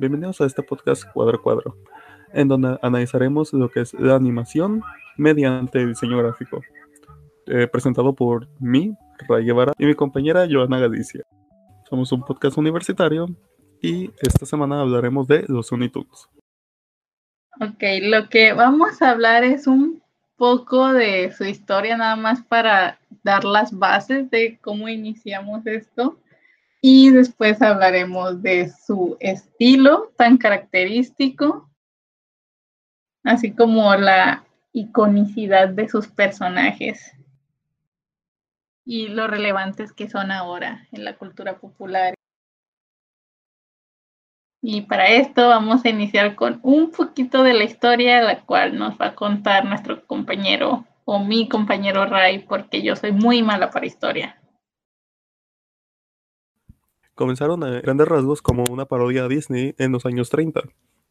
Bienvenidos a este podcast Cuadro a Cuadro, en donde analizaremos lo que es la animación mediante diseño gráfico, presentado por mí, Ray Guevara, y mi compañera Joana Galicia. Somos un podcast universitario y esta semana hablaremos de los Looney Tunes. Ok, lo que vamos a hablar es un poco de su historia, nada más para dar las bases de cómo iniciamos esto. Y después hablaremos de su estilo tan característico, así como la iconicidad de sus personajes y lo relevantes que son ahora en la cultura popular. Y para esto vamos a iniciar con un poquito de la historia, la cual nos va a contar nuestro compañero o mi compañero Ray, porque yo soy muy mala para historia. Comenzaron a grandes rasgos como una parodia a Disney en los años 30.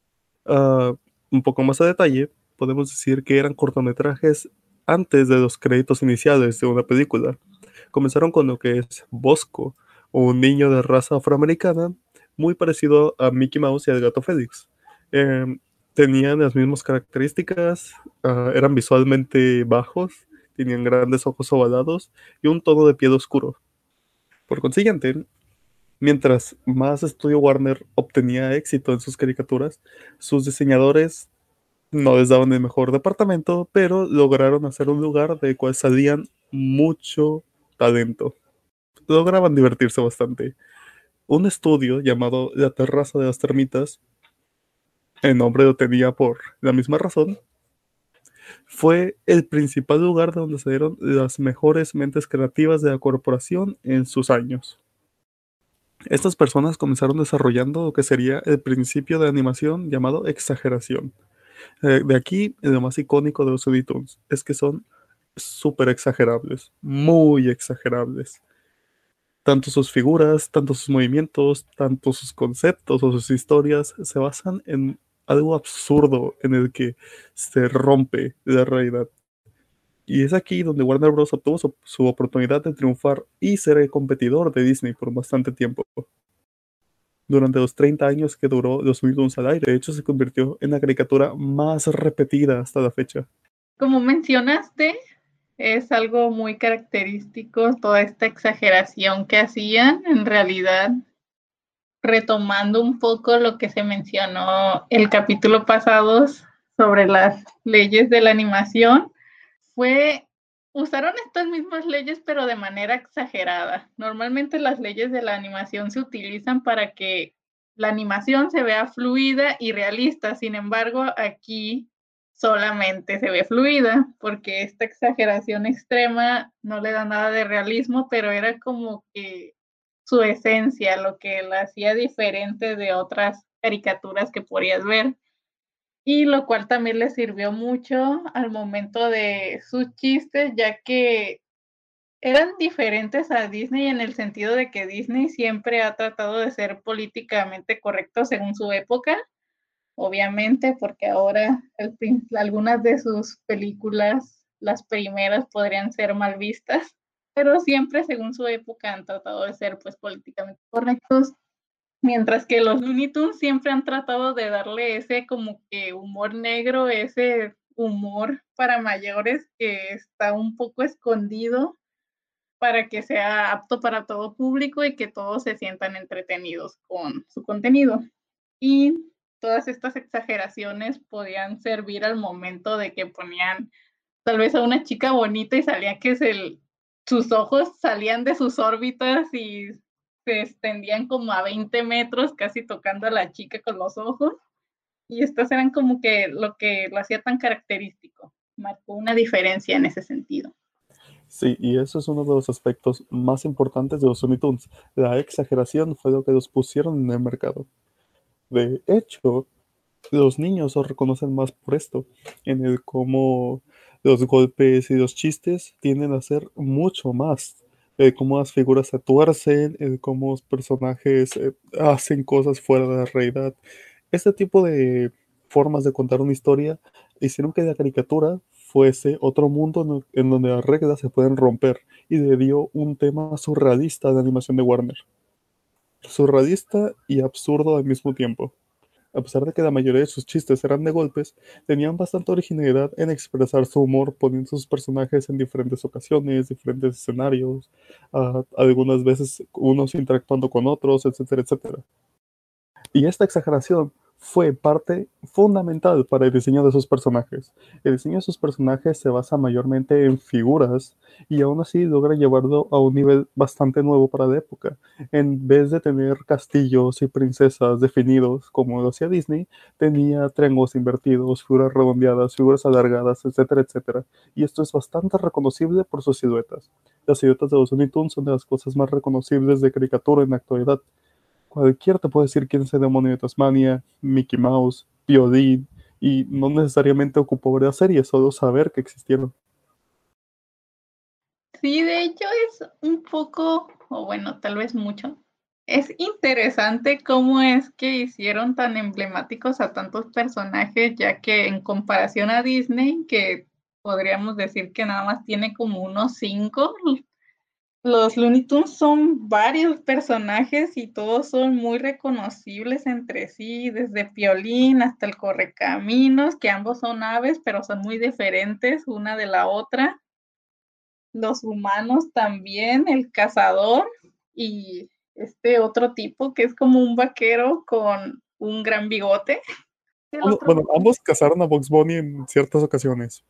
Un poco más a detalle, podemos decir que eran cortometrajes antes de los créditos iniciales de una película. Comenzaron con lo que es Bosco, un niño de raza afroamericana muy parecido a Mickey Mouse y al gato Félix. Em, Tenían las mismas características, eran visualmente bajos, tenían grandes ojos ovalados y un tono de piel oscuro. Por consiguiente, mientras más Estudio Warner obtenía éxito en sus caricaturas, sus diseñadores no les daban el mejor departamento, pero lograron hacer un lugar del cual salían mucho talento. Lograban divertirse bastante. Un estudio llamado La Terraza de las Termitas, el nombre lo tenía por la misma razón, fue el principal lugar de donde salieron las mejores mentes creativas de la corporación en sus años. Estas personas comenzaron desarrollando lo que sería el principio de animación llamado exageración. De aquí, lo más icónico de los Looney Tunes es que son súper exagerables, muy exagerables. Tanto sus figuras, tanto sus movimientos, tanto sus conceptos o sus historias se basan en algo absurdo en el que se rompe la realidad. Y es aquí donde Warner Bros. Obtuvo su oportunidad de triunfar y ser el competidor de Disney por bastante tiempo. Durante los 30 años que duró Los Looney Tunes al aire, de hecho se convirtió en la caricatura más repetida hasta la fecha. Como mencionaste, es algo muy característico toda esta exageración que hacían, en realidad retomando un poco lo que se mencionó el capítulo pasado sobre las leyes de la animación, usaron estas mismas leyes pero de manera exagerada. Normalmente las leyes de la animación se utilizan para que la animación se vea fluida y realista, sin embargo aquí solamente se ve fluida porque esta exageración extrema no le da nada de realismo, pero era como que su esencia, lo que la hacía diferente de otras caricaturas que podías ver, y lo cual también le sirvió mucho al momento de sus chistes, ya que eran diferentes a Disney en el sentido de que Disney siempre ha tratado de ser políticamente correcto según su época, obviamente, porque ahora algunas de sus películas, las primeras, podrían ser mal vistas, pero siempre según su época han tratado de ser pues políticamente correctos, mientras que los Looney Tunes siempre han tratado de darle ese como que humor negro, ese humor para mayores que está un poco escondido para que sea apto para todo público y que todos se sientan entretenidos con su contenido. Y todas estas exageraciones podían servir al momento de que ponían tal vez a una chica bonita y salía que sus ojos salían de sus órbitas y se extendían como a 20 metros, casi tocando a la chica con los ojos. Y estas eran como que lo hacía tan característico. Marcó una diferencia en ese sentido. Sí, y eso es uno de los aspectos más importantes de los Looney Tunes. La exageración fue lo que los pusieron en el mercado. De hecho, los niños lo reconocen más por esto, en el cómo los golpes y los chistes tienden a ser mucho más, cómo las figuras se tuercen, cómo los personajes hacen cosas fuera de la realidad. Este tipo de formas de contar una historia hicieron que la caricatura fuese otro mundo en donde las reglas se pueden romper y le dio un tema surrealista a la animación de Warner. Surrealista y absurdo al mismo tiempo. A pesar de que la mayoría de sus chistes eran de golpes, tenían bastante originalidad en expresar su humor poniendo sus personajes en diferentes ocasiones, diferentes escenarios, algunas veces unos interactuando con otros, etcétera, etcétera. Y esta exageración fue parte fundamental para el diseño de sus personajes. El diseño de sus personajes se basa mayormente en figuras y aún así logra llevarlo a un nivel bastante nuevo para la época. En vez de tener castillos y princesas definidos como lo hacía Disney, tenía triángulos invertidos, figuras redondeadas, figuras alargadas, etcétera, etcétera. Y esto es bastante reconocible por sus siluetas. Las siluetas de los Looney Tunes son de las cosas más reconocibles de caricatura en la actualidad. Cualquiera te puede decir quién es el demonio de Tasmania, Mickey Mouse, Piolín, y no necesariamente ocupó ver la serie, solo saber que existieron. Sí, de hecho es un poco, o bueno, tal vez mucho. Es interesante cómo es que hicieron tan emblemáticos a tantos personajes, ya que en comparación a Disney, que podríamos decir que nada más tiene como unos 5, los Looney Tunes son varios personajes y todos son muy reconocibles entre sí, desde Piolín hasta el Correcaminos, que ambos son aves, pero son muy diferentes una de la otra. Los humanos también, el cazador y este otro tipo que es como un vaquero con un gran bigote. El otro Bueno, vaquero. ambos cazaron a Bugs Bunny en ciertas ocasiones.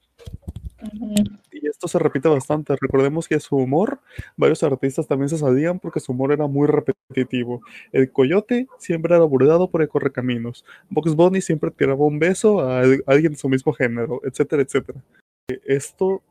Ujú. Y esto se repite bastante. Recordemos que su humor, varios artistas también se salían porque su humor era muy repetitivo. El coyote siempre era abordado por el correcaminos. Bugs Bunny siempre tiraba un beso a alguien de su mismo género, etcétera, etcétera. Esto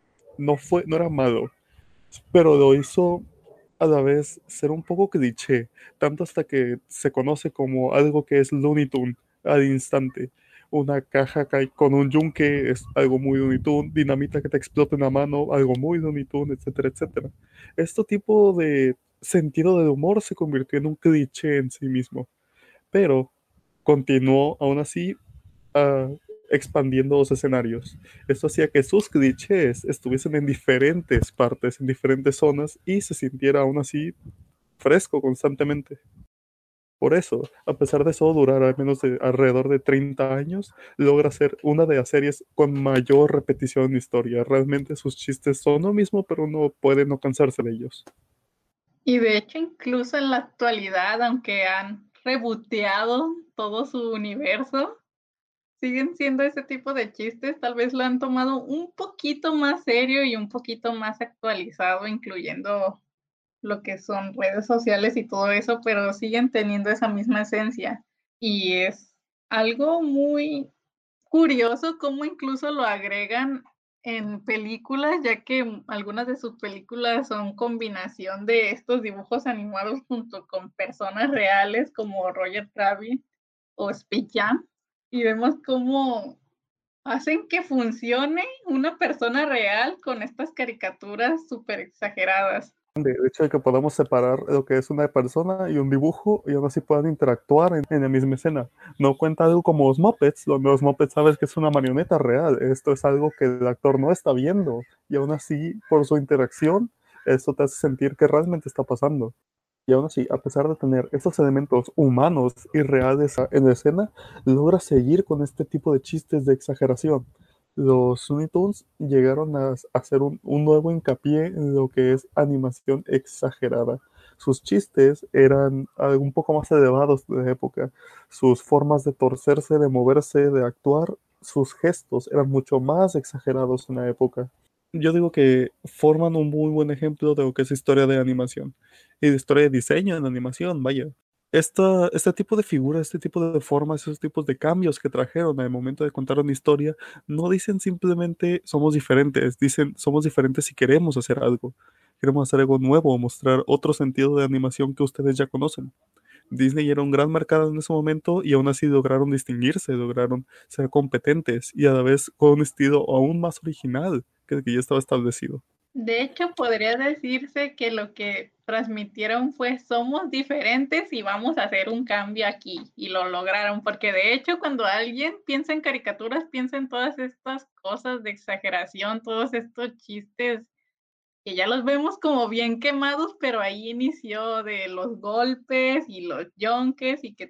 no era malo, pero lo hizo a la vez ser un poco cliché, tanto hasta que se conoce como algo que es Looney Tune al instante. Una caja con un yunque es algo muy Looney Tune, dinamita que te explota en la mano, algo muy Looney Tune, etcétera, etcétera. Este tipo de sentido del humor se convirtió en un cliché en sí mismo, pero continuó aún así ah, expandiendo los escenarios. Esto hacía que sus clichés estuviesen en diferentes partes, en diferentes zonas y se sintiera aún así fresco constantemente. Por eso, a pesar de solo durar al menos alrededor de 30 años, logra ser una de las series con mayor repetición en historia. Realmente sus chistes son lo mismo, pero uno puede no cansarse de ellos. Y de hecho, incluso en la actualidad, aunque han reboteado todo su universo, siguen siendo ese tipo de chistes, tal vez lo han tomado un poquito más serio y un poquito más actualizado, incluyendo lo que son redes sociales y todo eso, pero siguen teniendo esa misma esencia. Y es algo muy curioso cómo incluso lo agregan en películas, ya que algunas de sus películas son combinación de estos dibujos animados junto con personas reales como Roger Rabbit o Space Jam, y vemos cómo hacen que funcione una persona real con estas caricaturas súper exageradas. De hecho, de que podamos separar lo que es una persona y un dibujo y aún así puedan interactuar en la misma escena. No cuenta algo como los Muppets, donde los Muppets sabes que es una marioneta real. Esto es algo que el actor no está viendo y aún así, por su interacción, esto te hace sentir que realmente está pasando. Y aún así, a pesar de tener estos elementos humanos y reales en la escena, logra seguir con este tipo de chistes de exageración. Los Looney Tunes llegaron a hacer un nuevo hincapié en lo que es animación exagerada. Sus chistes eran algo un poco más elevados de la época. Sus formas de torcerse, de moverse, de actuar, sus gestos eran mucho más exagerados en la época. Yo digo que forman un muy buen ejemplo de lo que es historia de animación y de historia de diseño en animación, vaya. Este tipo de figuras, este tipo de formas, esos tipos de cambios que trajeron al momento de contar una historia, no dicen simplemente somos diferentes, dicen somos diferentes si queremos hacer algo. Queremos hacer algo nuevo, mostrar otro sentido de animación que ustedes ya conocen. Disney era un gran mercado en ese momento y aún así lograron distinguirse, lograron ser competentes y a la vez con un estilo aún más original que el que ya estaba establecido. De hecho, podría decirse que lo que transmitieron fue somos diferentes y vamos a hacer un cambio aquí y lo lograron, porque de hecho cuando alguien piensa en caricaturas, piensa en todas estas cosas de exageración, todos estos chistes que ya los vemos como bien quemados, pero ahí inició de los golpes y los yonkes y que te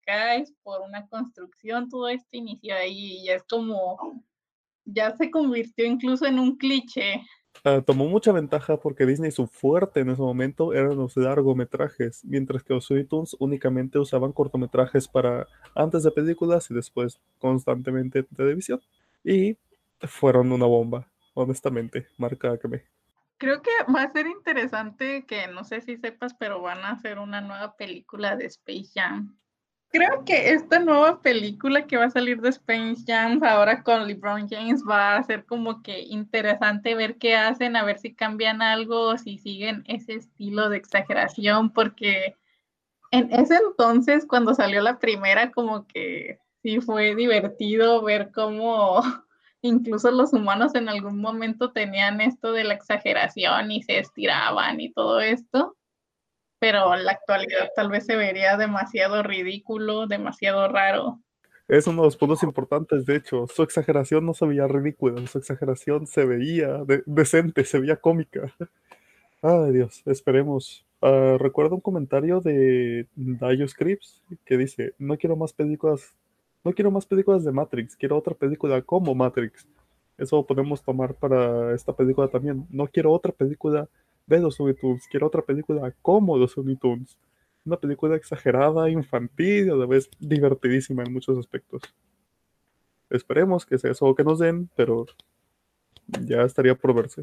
caes por una construcción, todo esto inició ahí y ya es como, ya se convirtió incluso en un cliché. Tomó mucha ventaja porque Disney su fuerte en ese momento eran los largometrajes, mientras que los Looney Tunes únicamente usaban cortometrajes para antes de películas y después constantemente en televisión. Y fueron una bomba, honestamente, marca Acme. Creo que va a ser interesante que no sé si sepas, pero van a hacer una nueva película de Space Jam. Creo que esta nueva película que va a salir de Space Jam ahora con LeBron James va a ser como que interesante ver qué hacen, a ver si cambian algo o si siguen ese estilo de exageración, porque en ese entonces, cuando salió la primera, como que sí fue divertido ver cómo incluso los humanos en algún momento tenían esto de la exageración y se estiraban y todo esto, pero en la actualidad tal vez se vería demasiado ridículo, demasiado raro. Es uno de los puntos importantes, de hecho. Su exageración no se veía ridícula, su exageración se veía decente, se veía cómica. Ay, Dios, esperemos. Recuerdo un comentario de Dio Scripps que dice, no quiero más películas de Matrix, quiero otra película como Matrix. Eso podemos tomar para esta película también. No quiero otra película de los Looney Tunes, quiero otra película como los Looney Tunes. Una película exagerada, infantil y a la vez divertidísima en muchos aspectos. Esperemos que sea eso que nos den, pero ya estaría por verse.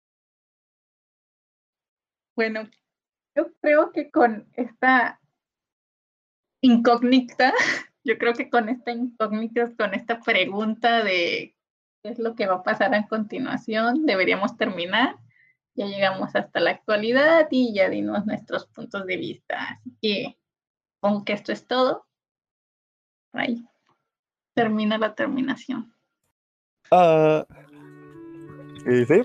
Bueno, yo creo que con esta incógnita, yo creo que con esta incógnita, con esta pregunta de qué es lo que va a pasar a continuación, deberíamos terminar. Ya llegamos hasta la actualidad y ya dimos nuestros puntos de vista. Así que, aunque esto es todo, ahí termina la terminación. Ah, y sí,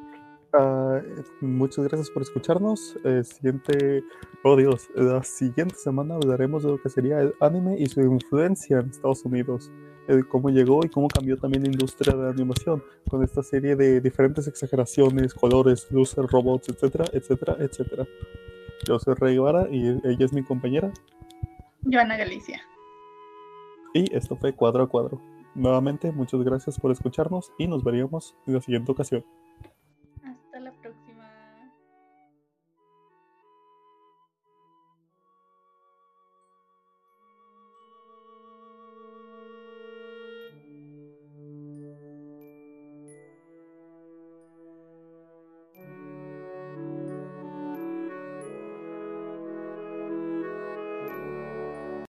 muchas gracias por escucharnos. Oh Dios, la siguiente semana hablaremos de lo que sería el anime y su influencia en Estados Unidos, cómo llegó y cómo cambió también la industria de la animación con esta serie de diferentes exageraciones, colores, luces, robots, etcétera, etcétera, etcétera. Yo soy Rey Guevara y ella es mi compañera Joana Galicia. y esto fue Cuadro a Cuadro. Nuevamente, muchas gracias por escucharnos y nos veríamos en la siguiente ocasión.